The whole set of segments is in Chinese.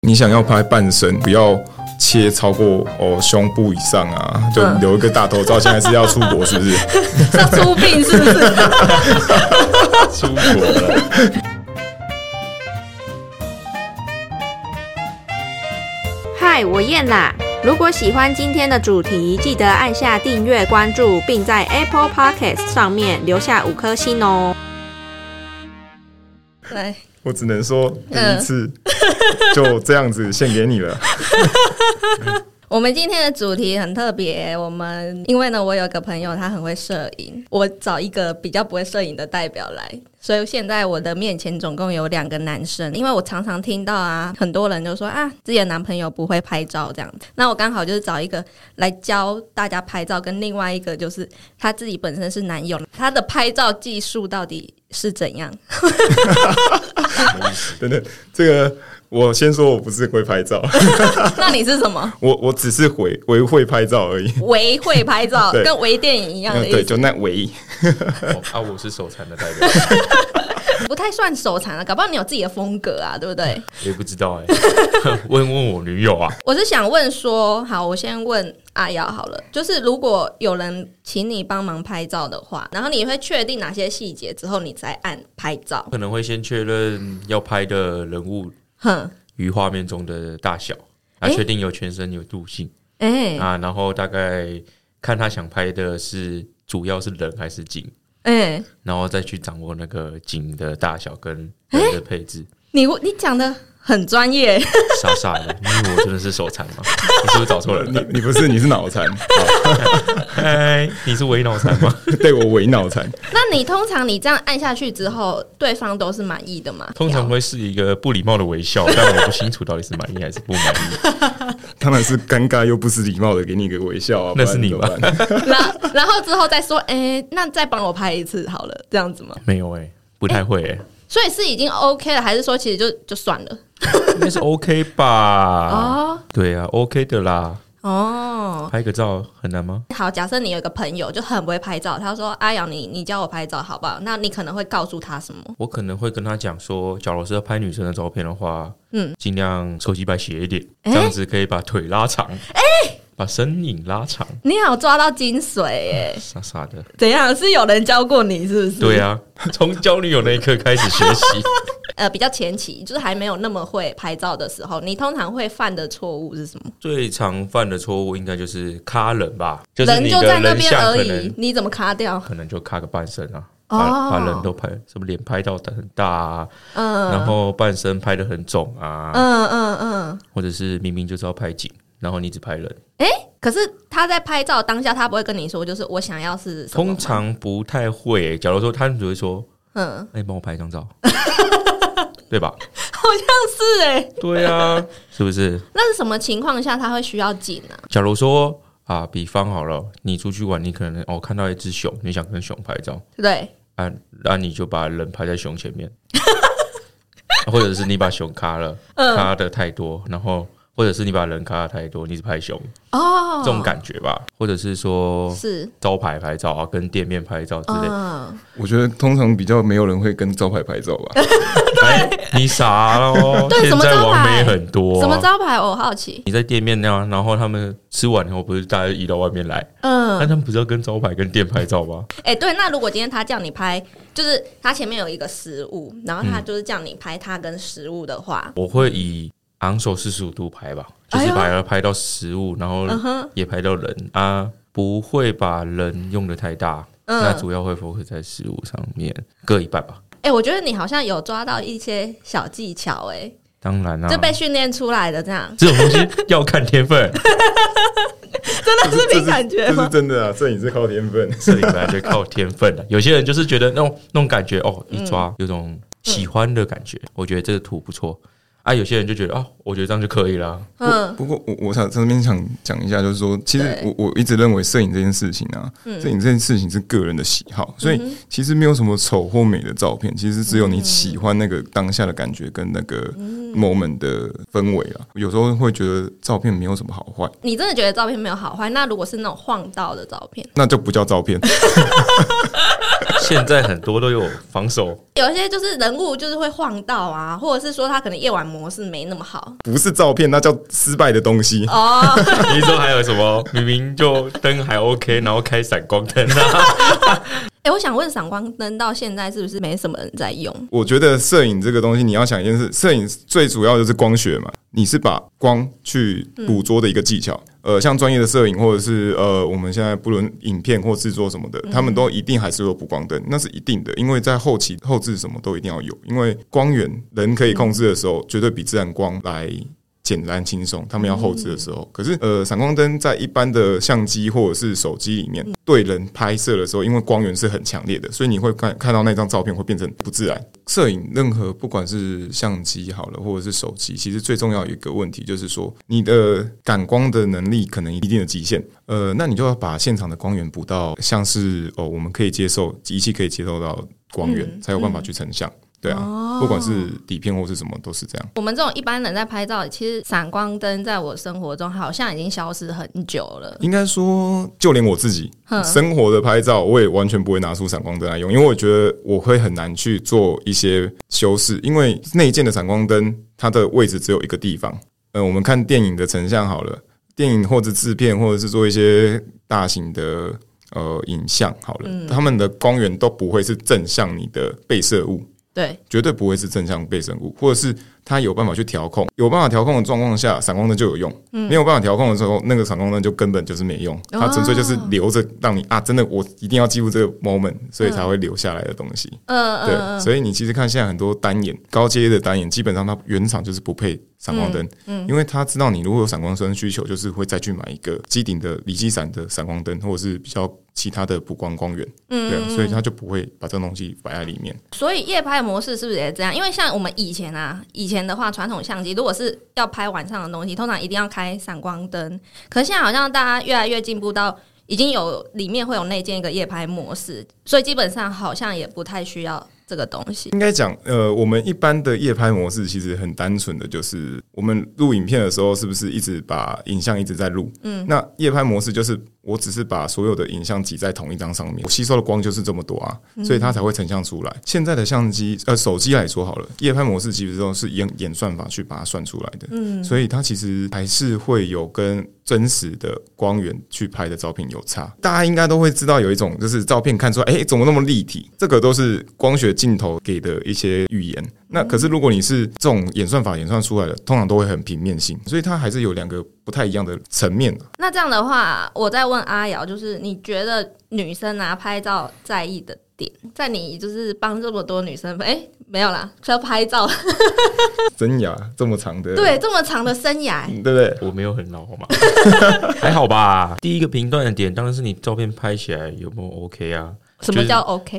你想要拍半身，不要切超过胸部以上啊，就留一个大头照。现在是要出国是不是？ 是要出殡是不是？ 出国了。 嗨，我燕啦！如果喜欢今天的主题，记得按下订阅、关注，并在 Apple Podcast 上面留下5颗星哦。 来，我只能说第一次就这样子献给你了。 我们今天的主题很特别，因为呢，我有一个朋友他很会摄影，我找一个比较不会摄影的代表来，所以现在我的面前总共有2个男生，因为我常常听到啊，很多人就说啊，自己的男朋友不会拍照这样子，那我刚好就是找一个来教大家拍照，跟另外一个就是他自己本身是男友，他的拍照技术到底是怎样？ 等等，这个我先说，我不是会拍照。 那你是什么？ 我只是微会拍照而已。 微会拍照，跟微电影一样的意思。 对，就那微。 我是手残的代表。 不太算手残了，搞不好你有自己的风格啊，对不对？ 也不知道问我女友啊。 我是想问说，好，我先问阿瑶好了，就是如果有人请你帮忙拍照的话，然后你会确定哪些细节之后，你再按拍照？ 可能会先确认要拍的人物与画面中的大小，确定有全身有度性，然后大概看他想拍的是主要是人还是景。然后再去掌握那个景的大小跟人的配置。你讲的很专业， 傻傻的，你以为我真的是手残吗？你是不是找错人？ 你不是，你是脑残。 你是微脑残吗？ 对，我微脑残。 那你通常你这样按下去之后，对方都是满意的吗？ 通常会是一个不礼貌的微笑，但我不清楚到底是满意还是不满意。 当然是尴尬又不失礼貌的给你一个微笑啊， 那是你吧？ 然后之后再说，那再帮我拍一次好了，这样子吗？ 没有不太会所以是已经 OK 了，还是说其实就算了？ 应该是 OK 吧？对啊 ，OK 的啦。拍个照很难吗？ 好，假设你有一个朋友就很不会拍照，他说阿瑶你教我拍照好不好？那你可能会告诉他什么？ 我可能会跟他讲说，假如是要拍女生的照片的话，尽量手机摆斜一点，这样子可以把腿拉长，把身影拉长。 你好，抓到精髓傻傻的。 怎样？是有人教过你是不是？ 对啊，从交女友那一刻开始学习。 比较前期，就是还没有那么会拍照的时候，你通常会犯的错误是什么？最常犯的错误应该就是卡人吧，就是人就在那边而已，你怎么卡掉？ 可能就卡个半身啊，把人都拍，什么脸拍到很大啊，然后半身拍得很肿啊，或者是明明就是要拍景，然后你只拍人。 可是他在拍照当下，他不会跟你说，就是我想要是什么？ 通常不太会假如说他只会说，你帮我拍一张照。对吧？ 好像是对啊，是不是？ 那是什么情况下他会需要景啊？ 假如说比方好了，你出去玩，你可能看到一只熊，你想跟熊拍照， 对， 那你就把人拍在熊前面，或者是你把熊卡了，卡的太多，然后或者是你把人卡的太多，你只拍熊这种感觉吧，或者是说是招牌拍照啊，跟店面拍照之类的。 我觉得通常比较没有人会跟招牌拍照吧。 你傻了对， 现在网美很多， 什么招牌？我好奇。 你在店面那样，然后他们吃完以后，不是大家移到外面来？那他们不是要跟招牌跟店拍照吗？ 对，那如果今天他叫你拍，就是他前面有一个食物，然后他就是叫你拍他跟食物的话， 我会以昂首45度拍吧，就是把它拍到食物，然后也拍到人不会把人用的太大，那主要会 focus 在食物上面，各一半吧。我觉得你好像有抓到一些小技巧当然就被训练出来的这样。 这种东西要看天分。 真的是凭感觉吗？ 这是真的啊，摄影是靠天分， 摄影本来就靠天分有些人就是觉得那种感觉一抓有种喜欢的感觉，我觉得这个图不错。有些人就觉得我觉得这样就可以了。 不过我在这边想讲一下，就是说，其实我一直认为摄影这件事情摄影这件事情是个人的喜好，所以其实没有什么丑或美的照片，其实只有你喜欢那个当下的感觉跟那个 moment 的氛围啦。有时候会觉得照片没有什么好坏。 你真的觉得照片没有好坏？那如果是那种晃到的照片， 那就不叫照片。 现在很多都有防守有一些就是人物就是会晃到啊，或者是说他可能夜晚模式没那么好， 不是照片，那叫失败的东西哦。 你说还有什么？明明就灯还 OK， 然后开闪光灯啊。 我想问，闪光灯到现在是不是没什么人在用？ 我觉得摄影这个东西，你要想一件事，摄影最主要就是光学嘛，你是把光去捕捉的一个技巧。像专业的摄影或者是我们现在不论影片或制作什么的，他们都一定还是有补光灯，那是一定的，因为在后期后置什么都一定要有，因为光源人可以控制的时候，绝对比自然光来简单轻松，他们要后置的时候，可是闪光灯在一般的相机或者是手机里面对人拍摄的时候，因为光源是很强烈的，所以你会看到那张照片会变成不自然。摄影任何不管是相机好了或者是手机，其实最重要有一个问题就是说，你的感光的能力可能一定的极限，那你就要把现场的光源补到像是我们可以接受仪器可以接受到光源，才有办法去成像。对啊，不管是底片或是什么都是这样。 我们这种一般人在拍照，其实闪光灯在我生活中好像已经消失很久了。 应该说，就连我自己生活的拍照，我也完全不会拿出闪光灯来用，因为我觉得我会很难去做一些修饰，因为内建的闪光灯它的位置只有一个地方。我们看电影的成像好了，电影或者制片或者是做一些大型的影像好了，他们的光源都不会是正向你的被摄物。 对， 绝对不会是正向被摄物，或者是它有办法去调控，有办法调控的状况下，闪光灯就有用；没有办法调控的时候，那个闪光灯就根本就是没用，它纯粹就是留着让你真的我一定要记录这个 moment， 所以才会留下来的东西。对，所以你其实看现在很多单眼高阶的单眼，基本上它原厂就是不配闪光灯，因为他知道你如果有闪光灯需求，就是会再去买一个机顶的离机闪的闪光灯，或者是比较其他的补光光源，对啊，所以他就不会把这个东西摆在里面。 所以夜拍模式是不是也这样？因为像我们以前的话，传统相机如果是要拍晚上的东西，通常一定要开闪光灯。可是现在好像大家越来越进步到已经有里面会有内建一个夜拍模式，所以基本上好像也不太需要这个东西。 应该讲，我们一般的夜拍模式其实很单纯的，就是我们录影片的时候，是不是一直把影像一直在录？那夜拍模式就是我只是把所有的影像挤在同一张上面，我吸收的光就是这么多啊，所以它才会成像出来。现在的相机，手机来说好了，夜拍模式其实都是演算法去把它算出来的，所以它其实还是会有跟真实的光源去拍的照片有差。大家应该都会知道有一种就是照片看出来，怎么那么立体？这个都是光学镜头给的一些预言。那可是如果你是这种演算法演算出来的，通常都会很平面性，所以它还是有两个不太一样的层面。 那这样的话，我再问阿瑶，就是你觉得女生拍照在意的点，在你就是帮这么多女生没有啦，要拍照生涯这么长的， 对，这么长的生涯， 对不对？ 我没有很老好吗？还好吧。第一个评断的点当然是你照片拍起来有没有 OK 啊？ 什么叫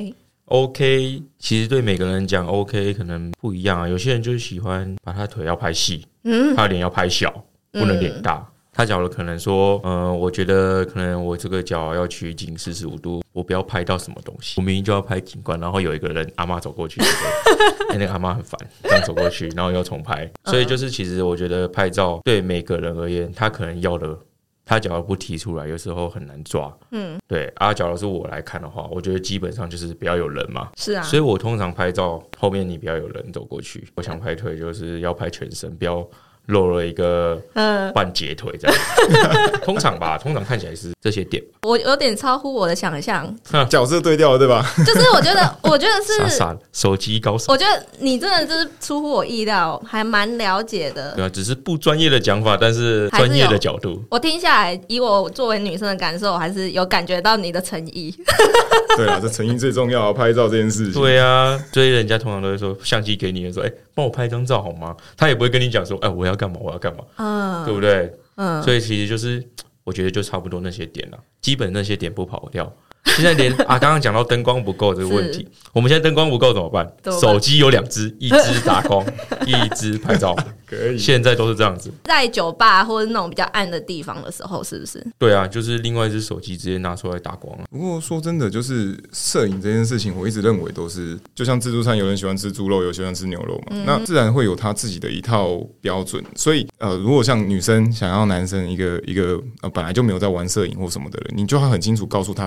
OK？OK， 其实对每个人讲 OK 可能不一样啊。有些人就是喜欢把他腿要拍细，他脸要拍小，不能脸大。他假如可能说，我觉得可能我这个脚要取景45度，我不要拍到什么东西，我明明就要拍景观，然后有一个人阿嬷走过去，那个阿嬷很烦，这样走过去，然后要重拍。所以就是其实我觉得拍照对每个人而言，他可能要的。他假如不提出来，有时候很难抓。对啊，假如是我来看的话，我觉得基本上就是不要有人嘛。 是啊， 所以我通常拍照后面你不要有人走过去。我想拍腿就是要拍全身，不要露了一个半截腿这样。通常看起来是这些点。 我有点超乎我的想象， 角色对调了，对吧？ 就是我觉得是傻手机高手。 我觉得你真的就是出乎我意料，还蛮了解的。 对啊，只是不专业的讲法，但是专业的角度。 我听下来，以我作为女生的感受，还是有感觉到你的诚意。 对啊，这诚意最重要啊！拍照这件事情。 对啊，所以人家通常都会说，相机给你的说，帮我拍张照好吗？他也不会跟你讲说，我要干嘛，我要干嘛，对不对？所以其实就是我觉得就差不多那些点了，基本那些点不跑掉。现在连刚刚讲到灯光不够这个问题，我们现在灯光不够怎么办？手机有2只，一只打光，一只拍照，可以。现在都是这样子， 在酒吧或者那种比较暗的地方的时候，是不是？ 对啊，就是另外一只手机直接拿出来打光了。 不过说真的，就是摄影这件事情，我一直认为都是就像自助餐，有人喜欢吃猪肉，有人喜欢吃牛肉嘛，那自然会有他自己的一套标准。所以如果像女生想要男生一个本来就没有在玩摄影或什么的人，你就要很清楚告诉他。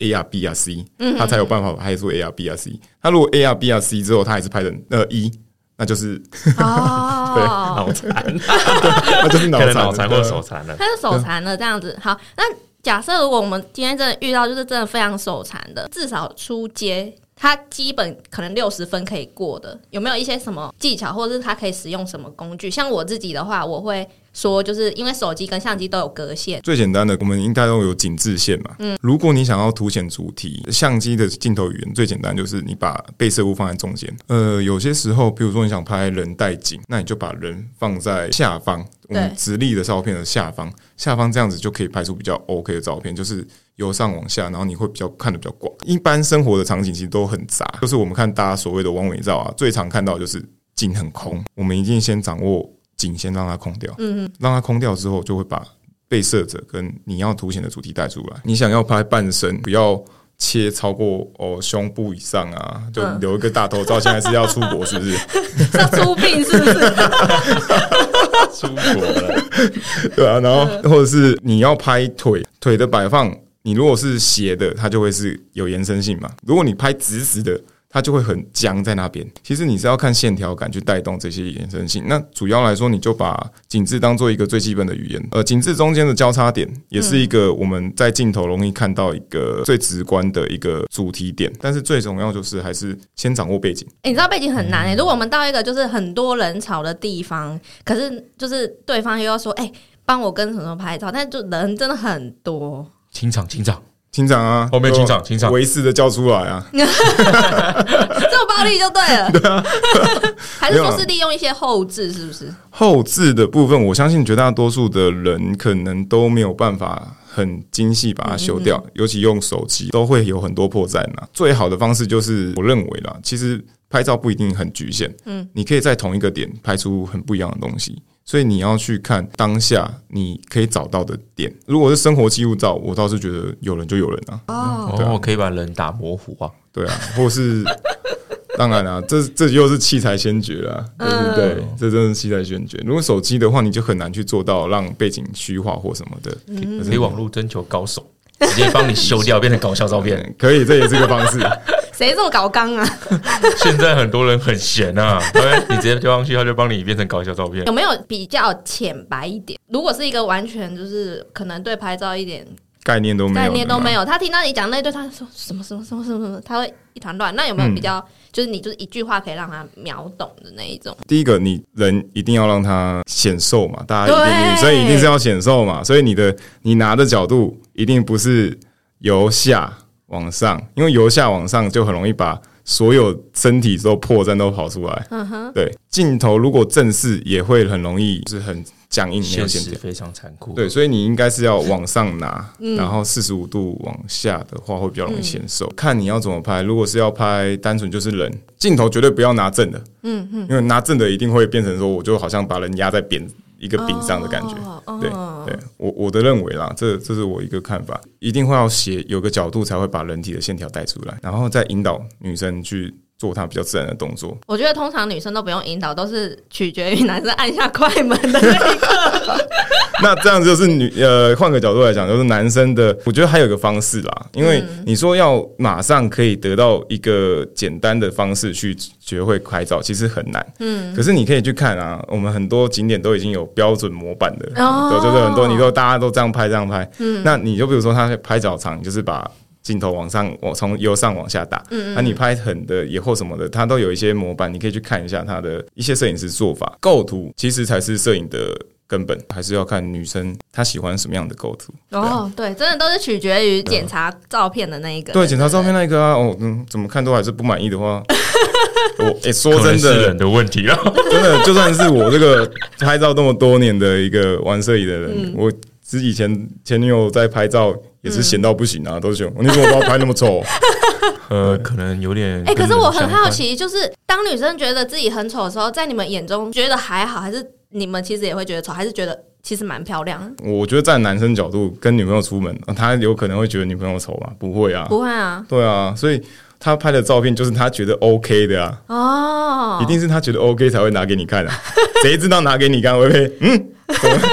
AR、B、R、C， 他才有办法拍出 AR、B、R、C。他如果 AR、B、R、C 之后，他还是拍成E，那就是对脑残， 那就是脑残或手残了， 他是手残了这样子。好，那假设如果我们今天真的遇到就是真的非常手残的，至少初阶他基本可能60分可以过的，有没有一些什么技巧，或者是他可以使用什么工具？像我自己的话，我会说，就是因为手机跟相机都有格线， 最简单的我们应该都有紧致线嘛。如果你想要凸显主题，相机的镜头语言最简单就是你把被摄物放在中间。有些时候，比如说你想拍人带景，那你就把人放在下方，我们直立的照片的下方这样子就可以拍出比较 OK 的照片，就是由上往下，然后你会看得比较广。一般生活的场景其实都很杂，就是我们看大家所谓的完美照啊，最常看到就是景很空，我们一定先掌握景，先让它空掉，让它空掉之后，就会把被摄者跟你要凸显的主题带出来。你想要拍半身，不要切超过胸部以上啊，就留一个大头照。现在是要出国是不是？ 要出殡是不是？ 出国了， 对啊。然后或者是你要拍腿的摆放，你如果是斜的，它就会是有延伸性嘛。如果你拍直的，它就会很僵在那边。其实你是要看线条感去带动这些延伸性。那主要来说，你就把景致当做一个最基本的语言。景致中间的交叉点也是一个我们在镜头容易看到一个最直观的一个主题点。但是最重要就是还是先掌握背景。 你知道背景很难如果我们到一个就是很多人潮的地方，可是就是对方又要说帮我跟什么拍照，但就人真的很多。 清场啊， 后面清场，维持的叫出来啊， 这么暴力就对了。 对啊， 还是说是利用一些后置，是不是？ 后置的部分，我相信绝大多数的人可能都没有办法很精细把它修掉，尤其用手机都会有很多破绽啊。最好的方式就是我认为啦，其实拍照不一定很局限，你可以在同一个点拍出很不一样的东西。所以你要去看当下你可以找到的点。如果是生活记录照，我倒是觉得有人就有人啊。 可以把人打模糊啊。 对啊，或是当然啊，这又是器材先决啦，对不对？这真的是器材先决。如果手机的话，你就很难去做到让背景虚化或什么的。 可以网络征求高手，直接帮你修掉，变成搞笑照片。 可以，这也是个方式。 谁这么搞刚啊？ 现在很多人很闲啊，你直接丢上去，他就帮你变成搞笑照片。 有没有比较浅白一点？如果是一个完全就是可能对拍照一点概念都没有， 他听到你讲那一堆，他说什么，他会一团乱。那有没有比较就是你就是一句话可以让他秒懂的那一种？ 第一个，你人一定要让他显瘦嘛，大家女生一定是要显瘦嘛，所以你拿的角度一定不是由下往上，因为由下往上就很容易把所有身体都破绽都跑出来。对，镜头如果正视也会很容易就是很僵硬， 现实非常残酷。 对，所以你应该是要往上拿，然后45度往下的话会比较容易显瘦。看你要怎么拍，如果是要拍单纯就是人，镜头绝对不要拿正的，因为拿正的一定会变成说我就好像把人压在一个饼上的感觉。对，我的认为啦，这是我一个看法，一定会要有个角度才会把人体的线条带出来，然后再引导女生去做她比较自然的动作。 我觉得通常女生都不用引导，都是取决于男生按下快门的那一刻。 那这样就是换个角度来讲，就是男生的，我觉得还有一个方式啦，因为你说要马上可以得到一个简单的方式去学会拍照，其实很难。可是你可以去看啊，我们很多景点都已经有标准模板的，就是很多你说大家都这样拍，那你就比如说他拍早场，你就是把镜头往上，从由上往下打。那你拍横的也或什么的，它都有一些模板，你可以去看一下它的一些摄影师做法。构图其实才是摄影的根本，还是要看女生她喜欢什么样的构图。 对，真的都是取决于检查照片的那一个。 对，检查照片那一个啊，怎么看都还是不满意的话，说真的， 是人的问题了。 真的，就算是我这个拍照这么多年的一个玩摄影的人，我以前前女友在拍照也是闲到不行啊，都是你怎么把我拍那么丑？ 可能有点。 可是我很好奇，就是当女生觉得自己很丑的时候，在你们眼中觉得还好，还是你们其实也会觉得丑，还是觉得其实蛮漂亮？我觉得在男生角度跟女朋友出门，他有可能会觉得女朋友丑吗？不会啊， 不会啊， 对啊，所以他拍的照片就是他觉得 OK 的啊，一定是他觉得 OK 才会拿给你看啊，谁知道拿给你看会被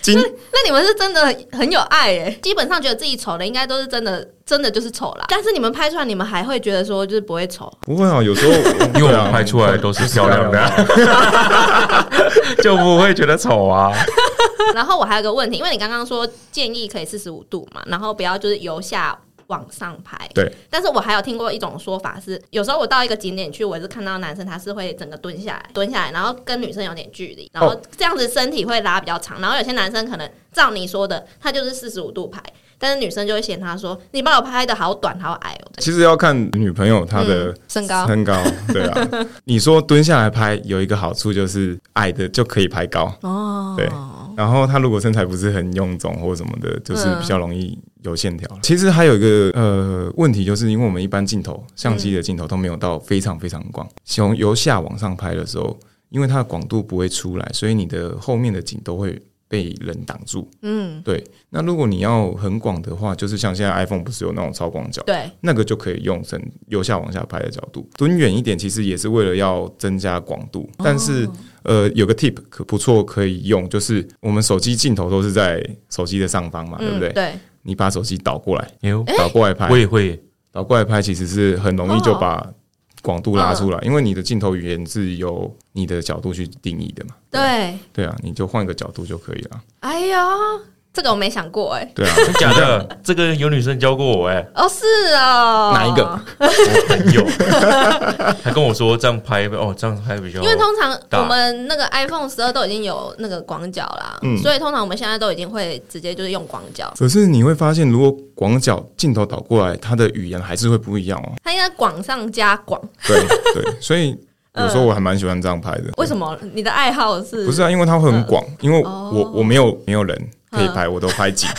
那你们是真的很有爱耶！基本上觉得自己丑的，应该都是真的就是丑啦。但是你们拍出来，你们还会觉得说就是不会丑？ 不会啊，有时候因为我们拍出来都是漂亮的，就不会觉得丑啊。 然后我还有个问题，因为你刚刚说建议可以45度嘛，然后不要就是由下往上拍。 对。 但是我还有听过一种说法是，有时候我到一个景点去，我也是看到男生他是会整个蹲下来，然后跟女生有点距离，然后这样子身体会拉比较长。然后有些男生可能照你说的，他就是45度拍。但是女生就会嫌他说：“你把我拍的好短好矮哦。” 其实要看女朋友她的身高， 对啊。你说蹲下来拍有一个好处就是矮的就可以拍高哦，对。然后他如果身材不是很臃肿或什么的，就是比较容易有线条。其实还有一个问题，就是因为我们一般镜头相机的镜头都没有到非常非常广，由下往上拍的时候，因为它的广度不会出来，所以你的后面的景都会被人挡住。对。那如果你要很广的话，就是像现在 iPhone 不是有那种超广角， 对， 那个就可以用成由下往下拍的角度。蹲远一点，其实也是为了要增加广度。但是有个 tip 不错可以用，就是我们手机镜头都是在手机的上方嘛，对不对？ 对。 你把手机倒过来，倒过来拍， 我也会倒过来拍，其实是很容易就把广度拉出来，因为你的镜头语言是由你的角度去定义的嘛。 对啊，你就换个角度就可以了。 哎呀，这个我没想过哎。 对啊， 真假的？这个有女生教过我哎。 哦，是哦。 哪一个？ 我朋友，他跟我说这样拍哦，这样拍比较。 因为通常我们那个 iPhone 12都已经有那个广角啦，所以通常我们现在都已经会直接就是用广角。 可是你会发现，如果广角镜头倒过来，它的语言还是会不一样哦。 它应该广上加广。 对，所以有时候我还蛮喜欢这样拍的。 为什么？你的爱好是？ 不是啊，因为它会很广，因为我没有人可以拍，我都拍景。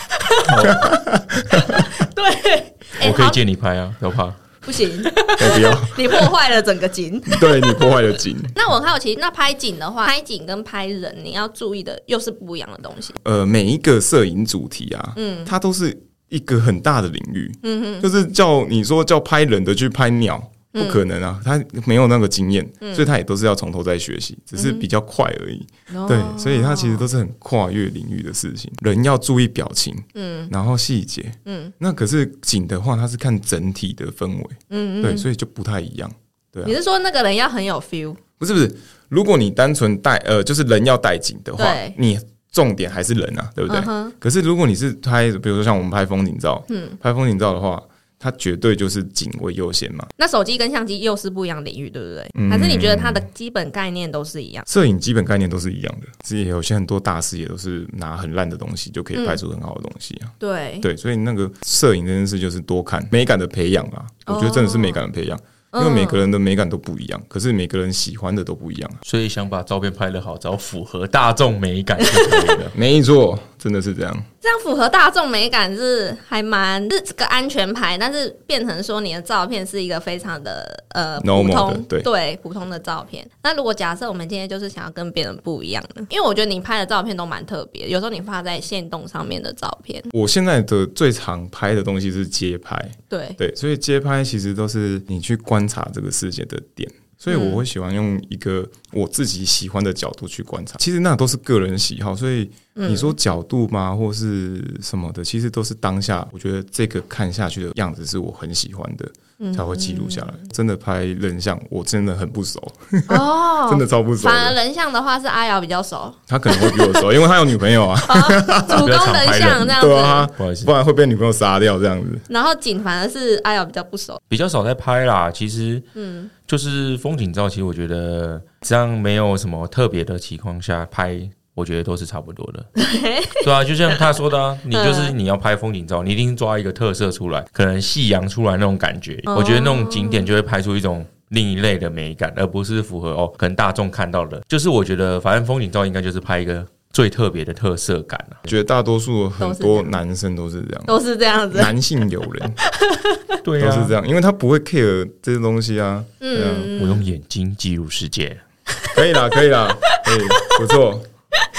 对， 我可以借你拍啊，不要怕。 不行， 不要， 你破坏了整个景。 对，你破坏了景。 那我好奇，那拍景的话，拍景跟拍人，你要注意的又是不一样的东西。 每一个摄影主题啊，它都是一个很大的领域。就是你说叫拍人的去拍鸟。不可能啊，他没有那个经验，所以他也都是要从头再学习，只是比较快而已。对，所以他其实都是很跨越领域的事情。人要注意表情，然后细节，那可是景的话，它是看整体的氛围，对，所以就不太一样。对啊， 你是说那个人要很有 feel？ 不是，如果你单纯就是人要带景的话，你重点还是人啊，对不对？可是如果你是拍，比如说像我们拍风景照，拍风景照的话。它绝对就是景为优先嘛。 那手机跟相机又是不一样领域，对不对？还是你觉得它的基本概念都是一样？ 摄影基本概念都是一样的，其实有些很多大师也都是拿很烂的东西就可以拍出很好的东西啊。对，所以那个摄影这件事就是多看美感的培养啊，我觉得真的是美感的培养。因为每个人的美感都不一样，可是每个人喜欢的都不一样， 所以想把照片拍得好，只要符合大众美感就可以了。 没错，真的是这样。 这样符合大众美感是还蛮是个安全牌，但是变成说你的照片是一个非常的普通，对普通的照片。那如果假设我们今天就是想要跟别人不一样的，因为我觉得你拍的照片都蛮特别，有时候你发在限动上面的照片， 我现在的最常拍的东西是街拍， 对， 所以街拍其实都是你去观察这个世界的点。所以我会喜欢用一个我自己喜欢的角度去观察，其实那都是个人喜好，所以你说角度吗或是什么的，其实都是当下我觉得这个看下去的样子是我很喜欢的，才会记录下来。真的拍人像我真的很不熟哦，真的超不熟的。 反而人像的话是阿瑶比较熟， 他可能会比我熟，因为他有女朋友啊， 主攻人像这样子， 对啊，不然会被女朋友杀掉这样子。 然后景反而是阿瑶比较不熟， 比较少在拍啦。其实就是风景照，其实我觉得这样没有什么特别的情况下拍，我觉得都是差不多的。对啊，就像他说的啊，你就是你要拍风景照，你一定抓一个特色出来，可能夕阳出来那种感觉，我觉得那种景点就会拍出一种另一类的美感，而不是符合可能大众看到的。就是我觉得反正风景照应该就是拍一个最特别的特色感啊。 绝大多数很多男生都是这样， 都是这样子， 男性友人对啊， 都是这样，因为他不会 care 这些东西啊。 我用眼睛记录世界， 可以啦，可以，不错。 这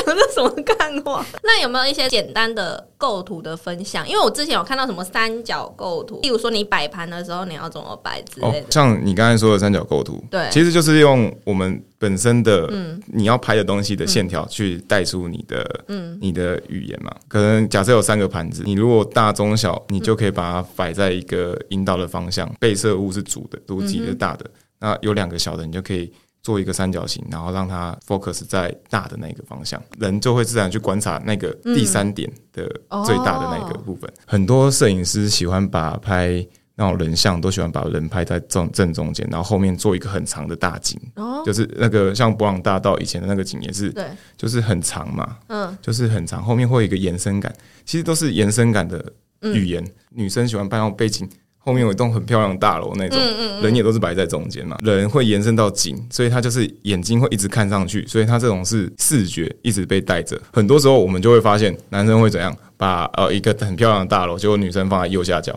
这什么干话？那有没有一些简单的构图的分享？因为我之前有看到什么三角构图，例如说你摆盘的时候你要怎么摆之类的。 像你刚才说的三角构图， 对， 其实就是用我们本身的你要拍的东西的线条去带出你的语言嘛。可能假设有3个盘子，你如果大中小，你就可以把它摆在一个引导的方向，被摄物是主体是大的，那有2个小的，你就可以做一个三角形，然后让它 focus 在大的那个方向，人就会自然去观察那个第3点的最大的那个部分。很多摄影师喜欢把拍那种人像，都喜欢把人拍在正中间，然后后面做一个很长的大景，就是那个像伯朗大道以前的那个景也是，对，就是很长嘛，就是很长，后面会有一个延伸感，其实都是延伸感的语言。女生喜欢拍那种背景后面有一栋很漂亮的大楼那种，人也都是摆在中间嘛。人会延伸到景，所以他就是眼睛会一直看上去，所以他这种是视觉一直被带着。很多时候我们就会发现，男生会怎样把一个很漂亮的大楼，结果女生放在右下角，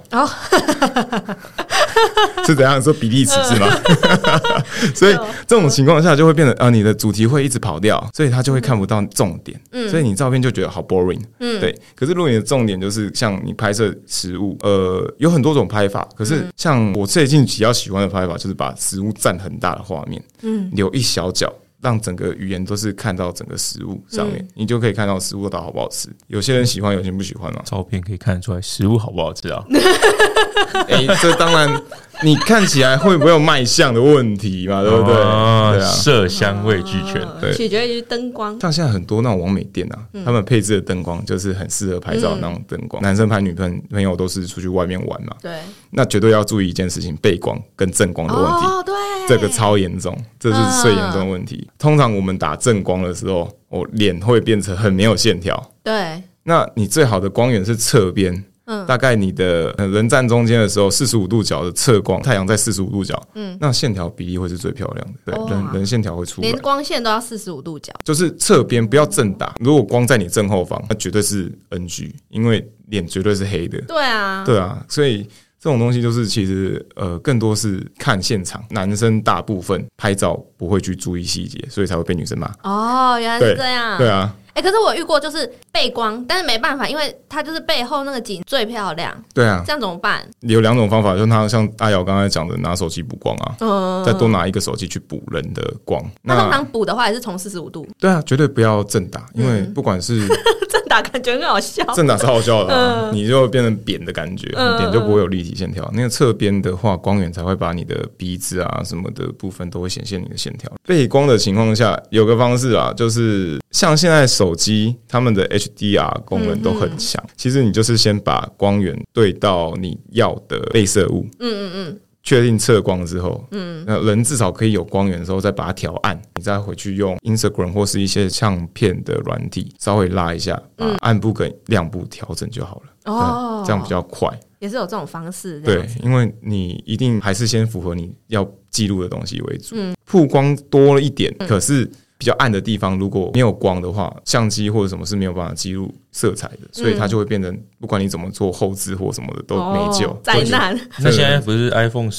是怎样说比例尺是吗？所以这种情况下就会变得你的主题会一直跑掉，所以他就会看不到重点，所以你照片就觉得好 boring。对，可是如果你的重点就是像你拍摄食物，有很多种拍法。可是像我最近比较喜欢的拍法，就是把食物占很大的画面，留一小角，让整个语言都是看到整个食物上面，你就可以看到食物到底好不好吃。有些人喜欢，有些人不喜欢嘛。 照片可以看得出来食物好不好吃啊？ 这当然，你看起来会不会有卖相的问题嘛？对不对？对啊， 色香味俱全， 对，取决于灯光。 像现在很多那种网美店啊，他们配置的灯光就是很适合拍照的那种灯光。男生拍女朋友都是出去外面玩嘛， 对， 那绝对要注意一件事情：背光跟正光的问题。 对， 这个超严重，这是最严重的问题。通常我们打正光的时候，脸会变成很没有线条。 对， 那你最好的光源是侧边。大概你的人站中间的时候，45度角的侧光，太阳在45度角，那线条比例会是最漂亮的。对，人线条会出来， 连光线都要45度角， 就是侧边不要正打。如果光在你正后方，那绝对是 NG， 因为脸绝对是黑的。 对啊， 对啊，所以这种东西就是其实更多是看现场，男生大部分拍照不会去注意细节，所以才会被女生骂。 原来是这样。 对啊。 可是我遇过就是背光，但是没办法，因为它就是背后那个景最漂亮。 对啊， 这样怎么办？ 有2种方法，就是他像阿瑶刚才讲的，拿手机补光啊，再多拿一个手机去补人的光。 那通常补的话也是从45度。 对啊，绝对不要正打，因为不管是正打感觉很好笑， 正打超好笑的，你就变成扁的感觉，扁就不会有立体线条。那个侧边的话，光源才会把你的鼻子啊什么的部分都会显现你的线条。背光的情况下，有个方式啊，就是像现在手机他们的 HDR 功能都很强，其实你就是先把光源对到你要的被摄物，确定测光之后，那人至少可以有光源的时候，再把它调暗，你再回去用 Instagram 或是一些相片的软体稍微拉一下，把暗部跟亮部调整就好了。这样比较快。 也是有这种方式。 对，因为你一定还是先符合你要记录的东西为主。曝光多了一点，可是比较暗的地方如果没有光的话，相机或者什么是没有办法记录色彩的，所以它就会变成不管你怎么做后置或什么的都没救， 灾难。 那现在不是 iPhone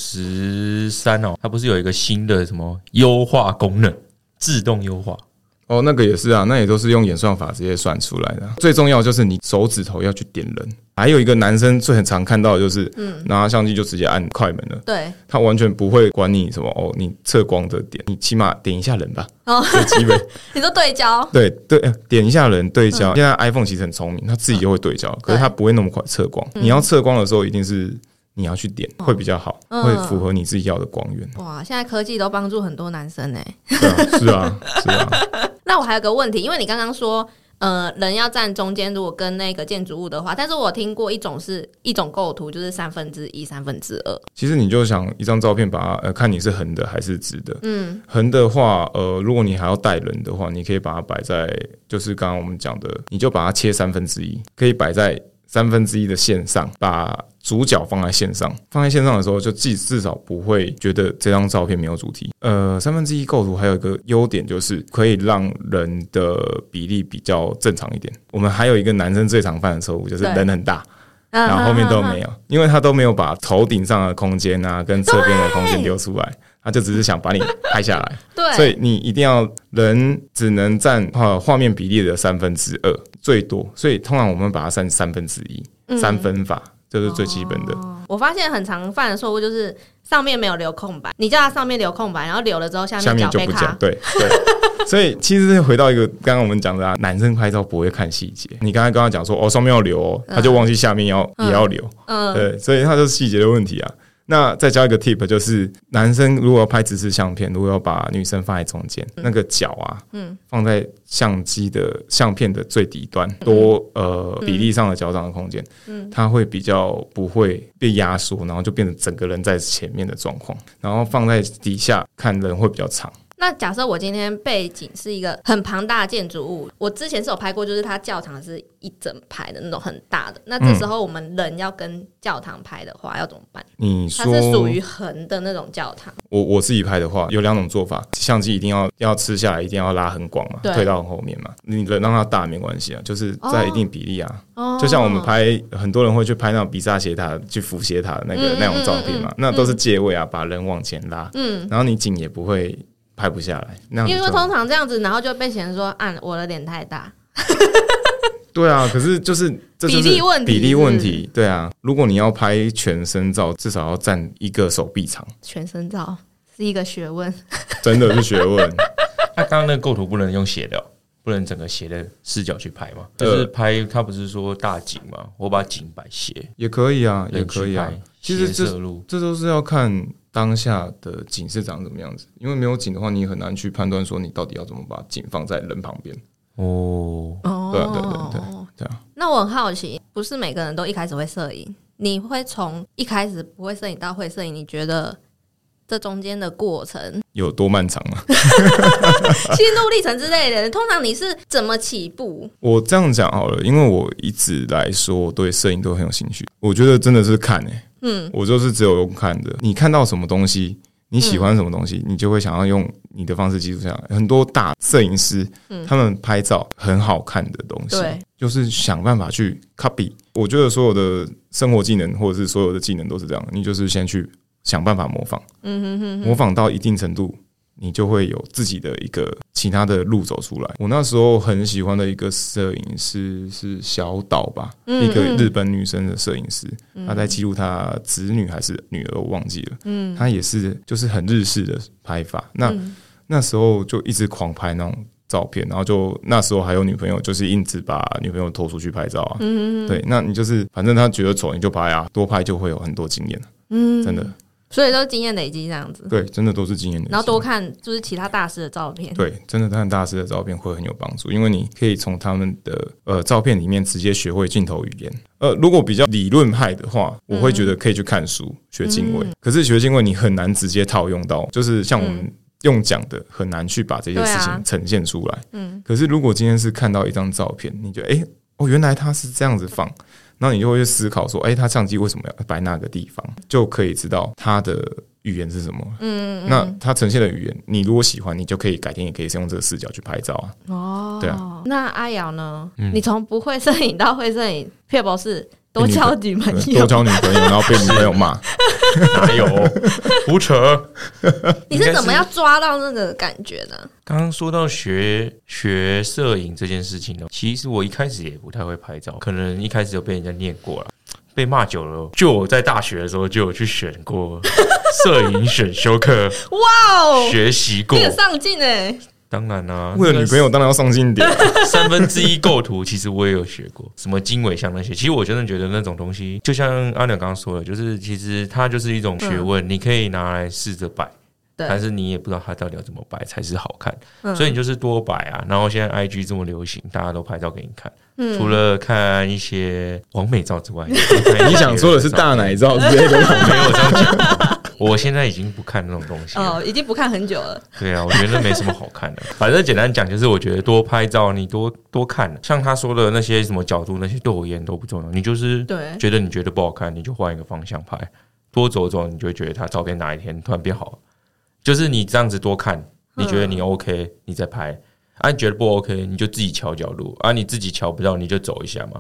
13它不是有一个新的什么优化功能，自动优化？ 那个也是啊，那也都是用演算法直接算出来的。最重要就是你手指头要去点人。还有一个男生最很常看到的就是，拿相机就直接按快门了。 对， 他完全不会管你什么你测光的点，你起码点一下人吧。最基本。 你说对焦？对， 点一下人对焦。现在 iPhone 其实很聪明，它自己就会对焦，可是它不会那么快测光。你要测光的时候，一定是你要去点，会比较好，会符合你自己要的光源。 哇，现在科技都帮助很多男生是啊。 那我还有个问题，因为你刚刚说人要站中间，如果跟那个建筑物的话，但是我听过一种构图，就是1/3、2/3。其实你就想一张照片把它看你是横的还是直的。横的话，如果你还要带人的话，你可以把它摆在，就是刚刚我们讲的，你就把它切1/3，可以摆在1/3的线上，把主角放在线上，放在线上的时候，就至少不会觉得这张照片没有主题。1/3构图还有一个优点就是可以让人的比例比较正常一点。我们还有一个男生最常犯的错误就是人很大，然后后面都没有，因为他都没有把头顶上的空间啊跟侧边的空间留出来。 他就只是想把你拍下来。 对， 所以你一定要人只能占画面比例的2/3最多，所以通常我们把它算1/3，三分法。这是最基本的。 我发现很常犯的错误就是上面没有留空白，你叫他上面留空白，然后留了之后下面就不讲。对，所以其实回到一个刚刚我们讲的男生拍照不会看细节。你刚才跟他讲说上面要留他就忘记下面也要留。对，所以他就是细节的问题啊。那再教一个 tip， 就是男生如果要拍直视相片，如果要把女生放在中间，那个脚放在相机的相片的最底端，多比例上的脚掌的空间，它会比较不会被压缩，然后就变成整个人在前面的状况，然后放在底下看人会比较长。 那假设我今天背景是一个很庞大的建筑物，我之前是有拍过，就是它教堂是一整排的那种很大的，那这时候我们人要跟教堂拍的话要怎么办？你说它是属于横的那种教堂。我自己拍的话有2种做法，相机一定要吃下来，一定要拉很广嘛，推到很后面嘛。你人让它大没关系啊，就是在一定比例啊。就像我们拍，很多人会去拍那种比萨斜塔去扶斜塔的那种照片嘛，那都是借位啊，把人往前拉，然后你景也不会拍不下来，因为通常这样子，然后就被嫌说我的脸太大。 对啊，可是就是这就是比例问题。对啊，如果你要拍全身照，至少要占1个手臂长。全身照是一个学问，真的是学问。 那刚刚那个构图不能用斜的，不能整个斜的视角去拍嘛？就是拍他不是说大景嘛，我把景摆斜也可以啊，也可以啊。其实这都是要看当下的景是长什么样子，因为没有景的话，你很难去判断说你到底要怎么把景放在人旁边。对啊。 那我很好奇，不是每个人都一开始会摄影，你会从一开始不会摄影到会摄影，你觉得这中间的过程有多漫长吗？ 心路历程之类的，通常你是怎么起步？ 我这样讲好了，因为我一直来说我对摄影都很有兴趣，我觉得真的是看我就是只有用看的。你看到什么东西，你喜欢什么东西，你就会想要用你的方式记录下来。很多大摄影师，他们拍照很好看的东西，就是想办法去 copy。我觉得所有的生活技能或者是所有的技能都是这样，你就是先去想办法模仿，模仿到一定程度，你就会有自己的一个其他的路走出来。我那时候很喜欢的一个摄影师是小岛吧，一个日本女生的摄影师，她在记录她子女还是女儿我忘记了，她也是就是很日式的拍法。那时候就一直狂拍那种照片，然后就那时候还有女朋友，就是一直把女朋友拖出去拍照啊。对，那你就是反正她觉得丑你就拍啊，多拍就会有很多经验，真的。 所以都是经验累积这样子。 对，真的都是经验累积。 然后多看就是其他大师的照片。 对，真的看大师的照片会很有帮助，因为你可以从他们的照片里面直接学会镜头语言。如果比较理论派的话，我会觉得可以去看书学敬畏。可是学敬畏你很难直接套用到，就是像我们用讲的很难去把这些事情呈现出来。可是如果今天是看到一张照片，你觉得原来他是这样子放。然后你就会去思考说，他相机为什么要摆那个地方，就可以知道他的语言是什么。那他呈现的语言，你如果喜欢，你就可以改天也可以用这个视角去拍照啊。对啊。 那阿瑶呢？你从不会摄影到会摄影，撇步是多交女朋友， 多交女朋友，然后被女朋友骂， 哪有胡扯？ 你是怎么要抓到那个感觉呢？ 刚刚说到学摄影这件事情呢，其实我一开始也不太会拍照，可能一开始有被人家念过了，被骂久了。就我在大学的时候就有去选过摄影选修课， 哇哦， 学习过， 很上进哎。 当然啦， 为了女朋友当然要上进点。 1/3构图其实我也有学过，什么经纬像那些，其实我真的觉得那种东西，就像阿鸟刚刚说的，就是其实它就是一种学问，你可以拿来试着摆。但是你也不知道它到底要怎么摆才是好看，所以你就是多摆啊。然后现在 IG 这么流行，大家都拍照给你看，除了看一些网美照之外， 你想说的是大奶照之类的？ 没有这样讲，我现在已经不看那种东西了， 已经不看很久了。 对啊，我觉得没什么好看的。反正简单讲，就是我觉得多拍照，你多看，像他说的那些什么角度，那些对我而言都不重要。你就是觉得你觉得不好看，你就换一个方向拍，多走走，你就会觉得他照片哪一天突然变好了。就是你这样子多看，你觉得你 OK， 你再拍啊，你觉得不 OK， 你就自己调角度啊，你自己调不到你就走一下嘛，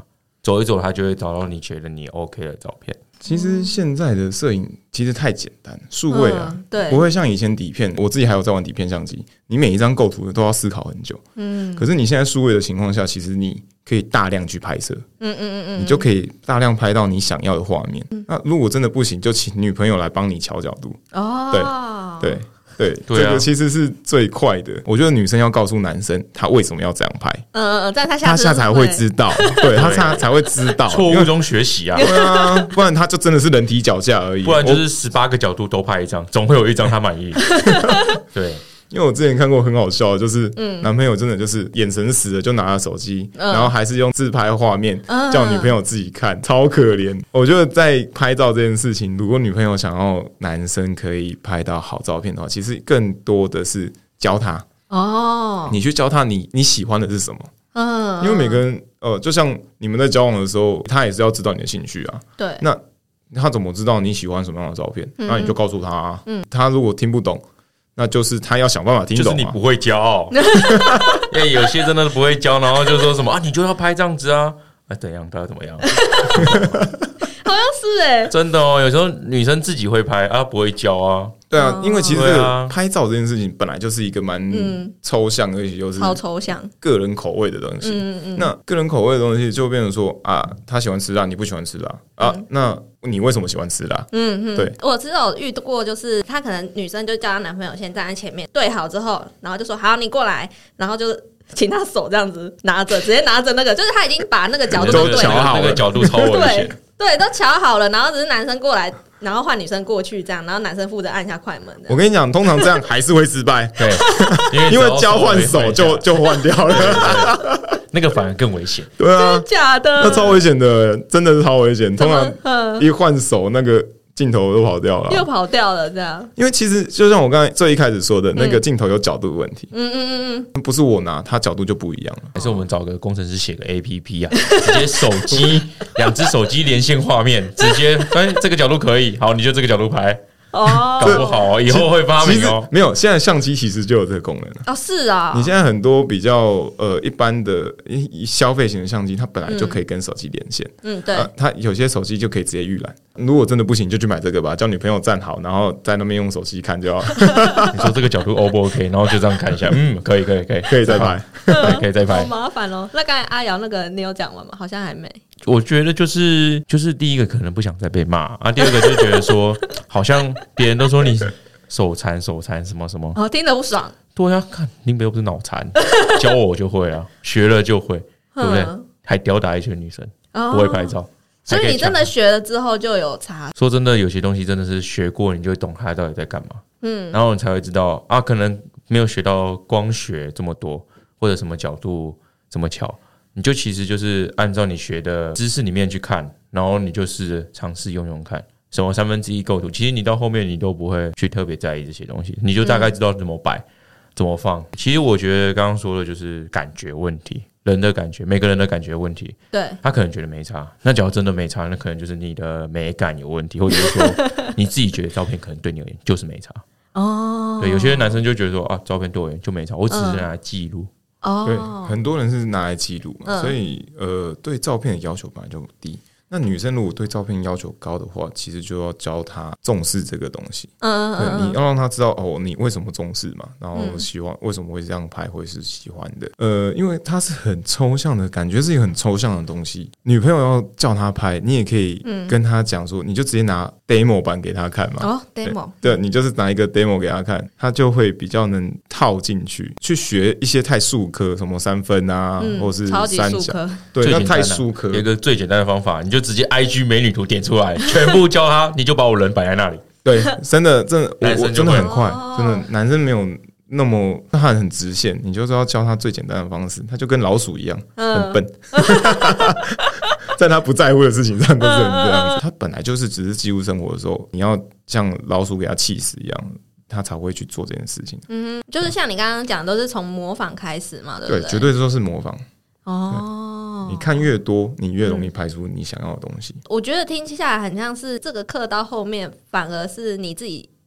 走一走，他就会找到你觉得你 OK 的照片。 其实现在的摄影其实太简单，数位啊， 对， 不会像以前底片，我自己还有在玩底片相机，你每一张构图都要思考很久。可是你现在数位的情况下，其实你可以大量去拍摄，你就可以大量拍到你想要的画面。那如果真的不行，就请女朋友来帮你调角度。对，这个其实是最快的。我觉得女生要告诉男生他为什么要这样拍， 但他下才会知道，对他才会知道， 错误中学习啊， 对啊，不然他就真的是人体脚架而已， 不然就是18个角度都拍一张，总会有一张他满意。对。 因为我之前看过很好笑的，就是男朋友真的就是眼神死了，就拿着手机，然后还是用自拍画面叫女朋友自己看，超可怜。我觉得在拍照这件事情，如果女朋友想要男生可以拍到好照片的话，其实更多的是教他你去教他你喜欢的是什么。因为每个人就像你们在交往的时候，他也是要知道你的兴趣啊。 对， 那他怎么知道你喜欢什么样的照片？那你就告诉他啊。他如果听不懂，那就是他要想办法听懂， 就是你不会教，因为有些真的是不会教，然后就说什么你就要拍这样子啊，怎样他要怎么样， 好像是真的有时候女生自己会拍不会教啊。 对啊，因为其实这个拍照这件事情本来就是一个蛮抽象，而且又是超抽象、个人口味的东西。那个人口味的东西就变成说他喜欢吃辣，你不喜欢吃辣那你为什么喜欢吃辣？对， 我只有遇过，就是他可能女生就叫她男朋友先站在前面对好之后，然后就说好，你过来，然后就请他手这样子拿着，直接拿着那个，就是他已经把那个角度都对好，那个角度超危险。 对，都瞧好了，然后只是男生过来，然后换女生过去这样，然后男生负责按下快门。 我跟你讲，通常这样还是会失败， 对， 因为交换手就换掉了， 那个反而更危险。 对啊， 真的假的？ 那超危险的，真的是超危险。通常一换手，那个镜头都跑掉了， 又跑掉了，这样。 因为其实就像我刚才最一开始说的，那个镜头有角度的问题。不是我拿，它角度就不一样了。 还是我们找个工程师写个 APP 啊，直接手机2只手机连线画面，直接这个角度可以，好，你就这个角度拍。搞不好以后会发明没有，现在相机其实就有这个功能了。 是啊， 你现在很多比较一般的消费型的相机，它本来就可以跟手机连线。 对， 它有些手机就可以直接预览。如果真的不行，就去买这个吧，叫女朋友站好，然后在那边用手机看就好。 你说这个角度 O 不 OK？ 然后就这样看一下，可以再拍， 可以再拍。 好麻烦哦。那刚才阿瑶那个你有讲完吗？好像还没。 我觉得就是第一个可能不想再被骂第二个就觉得说好像别人都说你手残什么什么听得不爽。 对啊，看林北又不是脑残，教我就会学了就会，对不对？还吊打一群女生，不会拍照。 所以你真的学了之后就有差。 说真的，有些东西真的是学过，你就会懂它到底在干嘛。然后你才会知道可能没有学到光学这么多，或者什么角度这么巧。你就其实就是按照你学的知识里面去看，然后你就试着尝试用看什么1/3构图，其实你到后面你都不会去特别在意这些东西，你就大概知道怎么摆怎么放。其实我觉得刚刚说的就是感觉问题，人的感觉，每个人的感觉问题。 对， 他可能觉得没差，那假如真的没差，那可能就是你的美感有问题，或者是说你自己觉得照片可能对你而言就是没差。对，有些男生就觉得说照片对我而言就没差，我只是拿来记录。 对，很多人是拿来记录嘛，所以对照片的要求本来就低。那女生如果对照片要求高的话，其实就要教她重视这个东西。对，你要让她知道你为什么重视嘛，然后喜欢为什么会这样拍，会是喜欢的。因为它是很抽象的感觉，是一个很抽象的东西。女朋友要叫她拍，你也可以跟她讲说，你就直接拿 demo 版给她看嘛。 demo 对，你就是拿一个 demo 给她看，她就会比较能套进去，去学一些太术科，什么3分啊，或是三角。对，那太术科。 有一个最简单的方法，你就直接 IG 美女图点出来，全部教他，你就把我人摆在那里。 对，真的，我真的很快，真的，男生没有那么他很直线，你就是要教他最简单的方式，他就跟老鼠一样，很笨，在他不在乎的事情上都是很这样子。他本来就是只是记录生活的时候，你要像老鼠给他气死一样，他才会去做这件事情。 就是像你刚刚讲，都是从模仿开始嘛，对不对？ 对，绝对都是模仿。你看越多，你越容易拍出你想要的东西。 我觉得听下来很像是这个课到后面，反而是你自己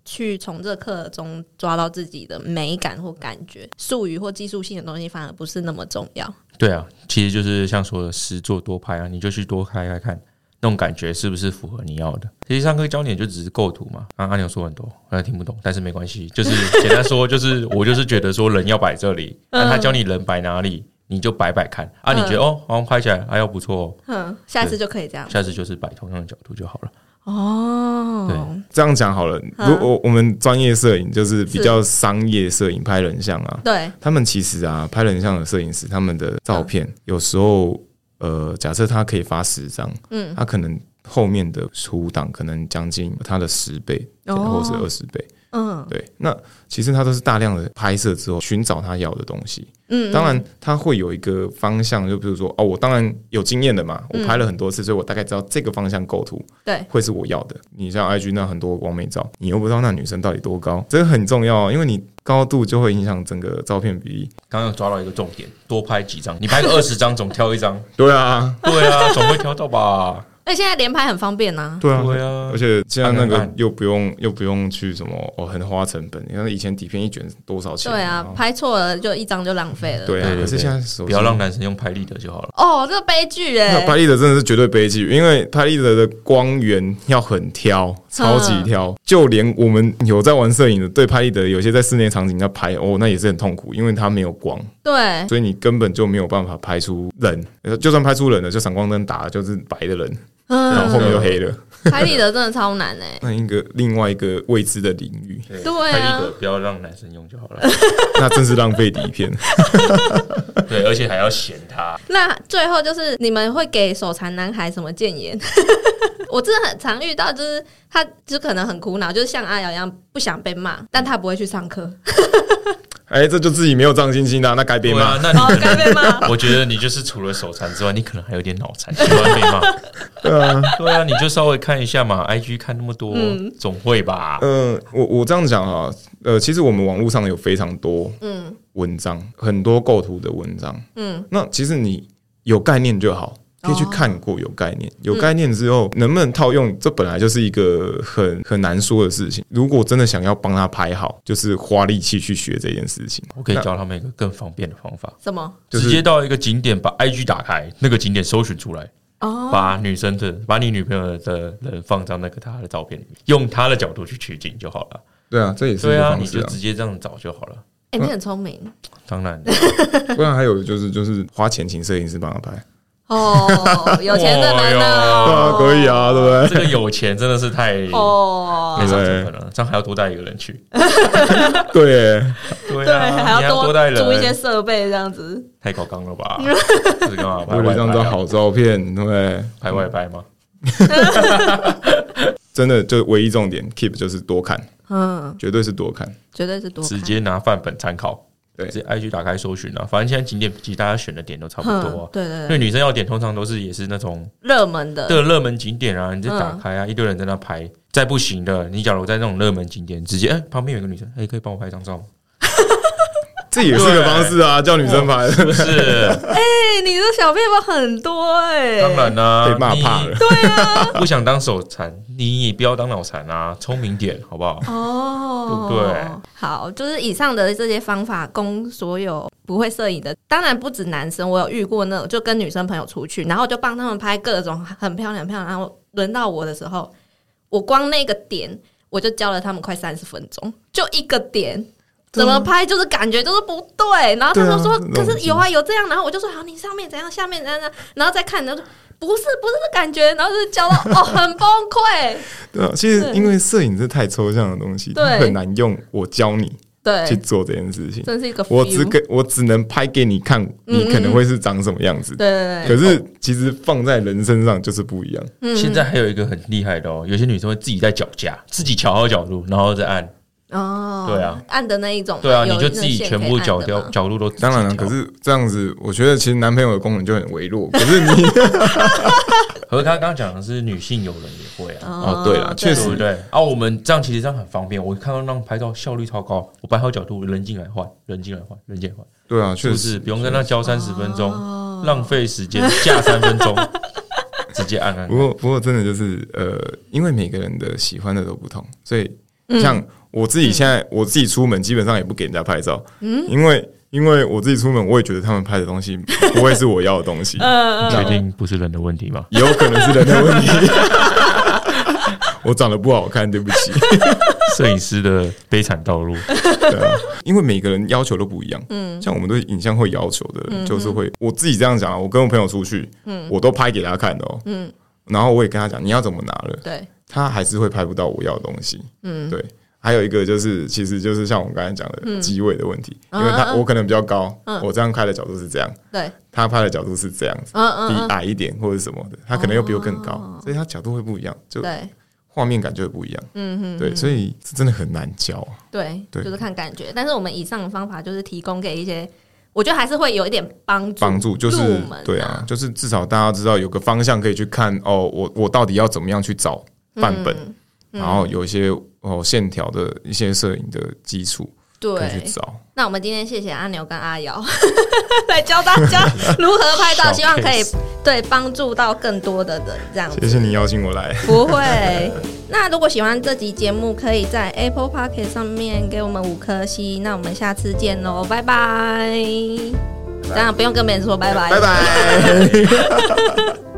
去从这课中抓到自己的美感或感觉，术语或技术性的东西反而不是那么重要。 对啊，其实就是像说的实作多拍啊，你就去多开开看，那种感觉是不是符合你要的。其实上课教你就只是构图嘛，阿牛说很多我也听不懂，但是没关系，就是简单说就是我就是觉得说人要摆这里，那他教你人摆哪里你就摆摆看啊，你觉得好像拍起来要不错下次就可以这样， 下次就是摆同样的角度就好了。 对， 这样讲好了。如果我们专业摄影就是比较商业摄影，拍人像啊， 对， 他们其实啊，拍人像的摄影师，他们的照片有时候假设他可以发10张，他可能后面的图档可能将近他的10倍，或是20倍。对，那其实他都是大量的拍摄之后寻找他要的东西。当然他会有一个方向，就比如说我当然有经验的嘛，我拍了很多次，所以我大概知道这个方向构图对会是我要的。你像 IG 那很多网美照，你又不知道那女生到底多高，这个很重要，因为你高度就会影响整个照片比例。 刚刚有抓到一个重点，多拍几张，你拍个20张总挑1张。 对啊， 总会挑到吧。 而且现在连拍很方便啊。 对啊，而且现在那个又不用去什么很花成本。你看以前底片一卷多少钱？ 对啊，拍错了就1张就浪费了。 对啊，可是现在手机不要让男生用拍立得就好了。 这个悲剧拍立得真的是绝对悲剧，因为拍立得的光源要很挑，超级挑。就连我们有在玩摄影的，对拍立得有些在室内场景要拍那也是很痛苦，因为它没有光。 对， 所以你根本就没有办法拍出人，就算拍出人了，就闪光灯打了就是白的人。然后后面就黑了， 拍立得真的超难那另外一个未知的领域。 对啊， 拍立得不要让男生用就好了。 那真是浪费底片。 对，而且还要嫌他。 那最后就是你们会给手残男孩什么建言？我真的很常遇到，就是他就可能很苦恼，就是像阿瑶一样不想被骂，但他不会去上课。 这就自己没有上进心啊，那该被骂。 那你该被骂。 我觉得你就是除了手残之外，你可能还有点脑残，喜欢被骂。对啊，你就稍微看一下嘛 ，IG 看那么多，总会吧。 我这样讲啊，其实我们网络上有非常多文章，很多构图的文章。那其实你有概念就好。可以去看过，有概念，有概念之后能不能套用，这本来就是一个很难说的事情。如果真的想要帮他拍好，就是花力气去学这件事情。 我可以教他们一个更方便的方法， 什么？ 直接到一个景点，把 IG 打开，那个景点搜寻出来，把你女朋友的人放到那个她的照片里面，用她的角度去取景就好了。 对啊，这也是一个方式。 你就直接这样找就好了。 你很聪明。 当然， 不然还有就是花钱请摄影师帮他拍。 有钱的男的可以啊，对不对？ 这个有钱真的是太没上成本了，这样还要多带一个人去。 对啊， 还要多带人， 租一些设备，这样子太搞纲了吧？是干嘛？ 为了这张好照片，对不对？ 拍外拍吗？ 真的就唯一重点 ，keep 就是多看，绝对是多看， 直接拿范本参考。直接 IG 打开搜寻啊，反正现在景点其实大家选的点都差不多。 对， 因为女生要点通常都是也是那种热门的热门景点啊，你就打开啊，一堆人在那拍。再不行的，你假如在那种热门景点，直接旁边有个女生，可以帮我拍一张照吗？ 这也是个方式啊，叫女生拍， 是不是？ 你的小配包很多当然啦， 被骂怕了。 对啊， 不想当手残，你也不要当脑残啊，聪明点，好不好？对不对？ 好，就是以上的这些方法供所有不会摄影的，当然不止男生，我有遇过那种就跟女生朋友出去，然后就帮他们拍各种很漂亮，然后轮到我的时候，我光那个点我就教了他们快30分钟，就一个点。怎么拍就是感觉就是不对，然后他们说可是有这样，然后我就说好，你上面怎样，下面怎样，然后再看，然后说不是感觉，然后就教到很崩溃。 对啊，其实因为摄影是太抽象的东西，很难用我教你去做这件事情， 真是一个我只能拍给你看，你可能会是长什么样子。 对， 可是其实放在人身上就是不一样。 现在还有一个很厉害的有些女生会自己在脚架，自己调好角度，然后再按。对啊， 按的那一种。 对啊，你就自己全部角度都当然了。可是这样子，我觉得其实男朋友的功能就很微弱。可是你， 和他刚刚讲的是女性友人也会啊。 对啦，确实对啊。我们这样其实这样很方便，我看到那拍照效率超高，我摆好角度，人进来换，人进来换，人进来换。 对啊，确实不用跟他教30分钟，浪费时间，架3分钟。直接按。 不过真的就是因为每个人的喜欢的都不同，所以像我自己现在我自己出门基本上也不给人家拍照，因为我自己出门我也觉得他们拍的东西不会是我要的东西。 确定不是人的问题吗？ 有可能是人的问题。我长得不好看，对不起。 摄影师的悲惨道路。 对啊，因为每个人要求都不一样。像我们对影像会要求的，就是会我自己这样讲，我跟我朋友出去，我都拍给他看的哦。然后我也跟他讲你要怎么拿了， 对， 他还是会拍不到我要的东西。对。还有一个就是，其实就是像我们刚才讲的机位的问题，因为我可能比较高，我这样开的角度是这样， 对， 他拍的角度是这样子，比矮一点或者什么的，他可能又比我更高，所以他角度会不一样，就画面感就会不一样。对，所以这真的很难教啊。 对，就是看感觉。但是我们以上的方法就是提供给一些，我觉得还是会有一点帮助， 就是对啊，就是至少大家知道有个方向可以去看哦，我到底要怎么样去找范本。然后有一些线条的一些摄影的基础，可以去找。 那我们今天谢谢阿牛跟阿瑶来教大家如何拍到，希望可以对帮助到更多的人这样子。 谢谢你邀请我来。 不会。那如果喜欢这集节目，可以在 Apple Podcast 上面给我们5颗星。那我们下次见喽，拜拜。这样不用跟别人说拜拜。 拜拜。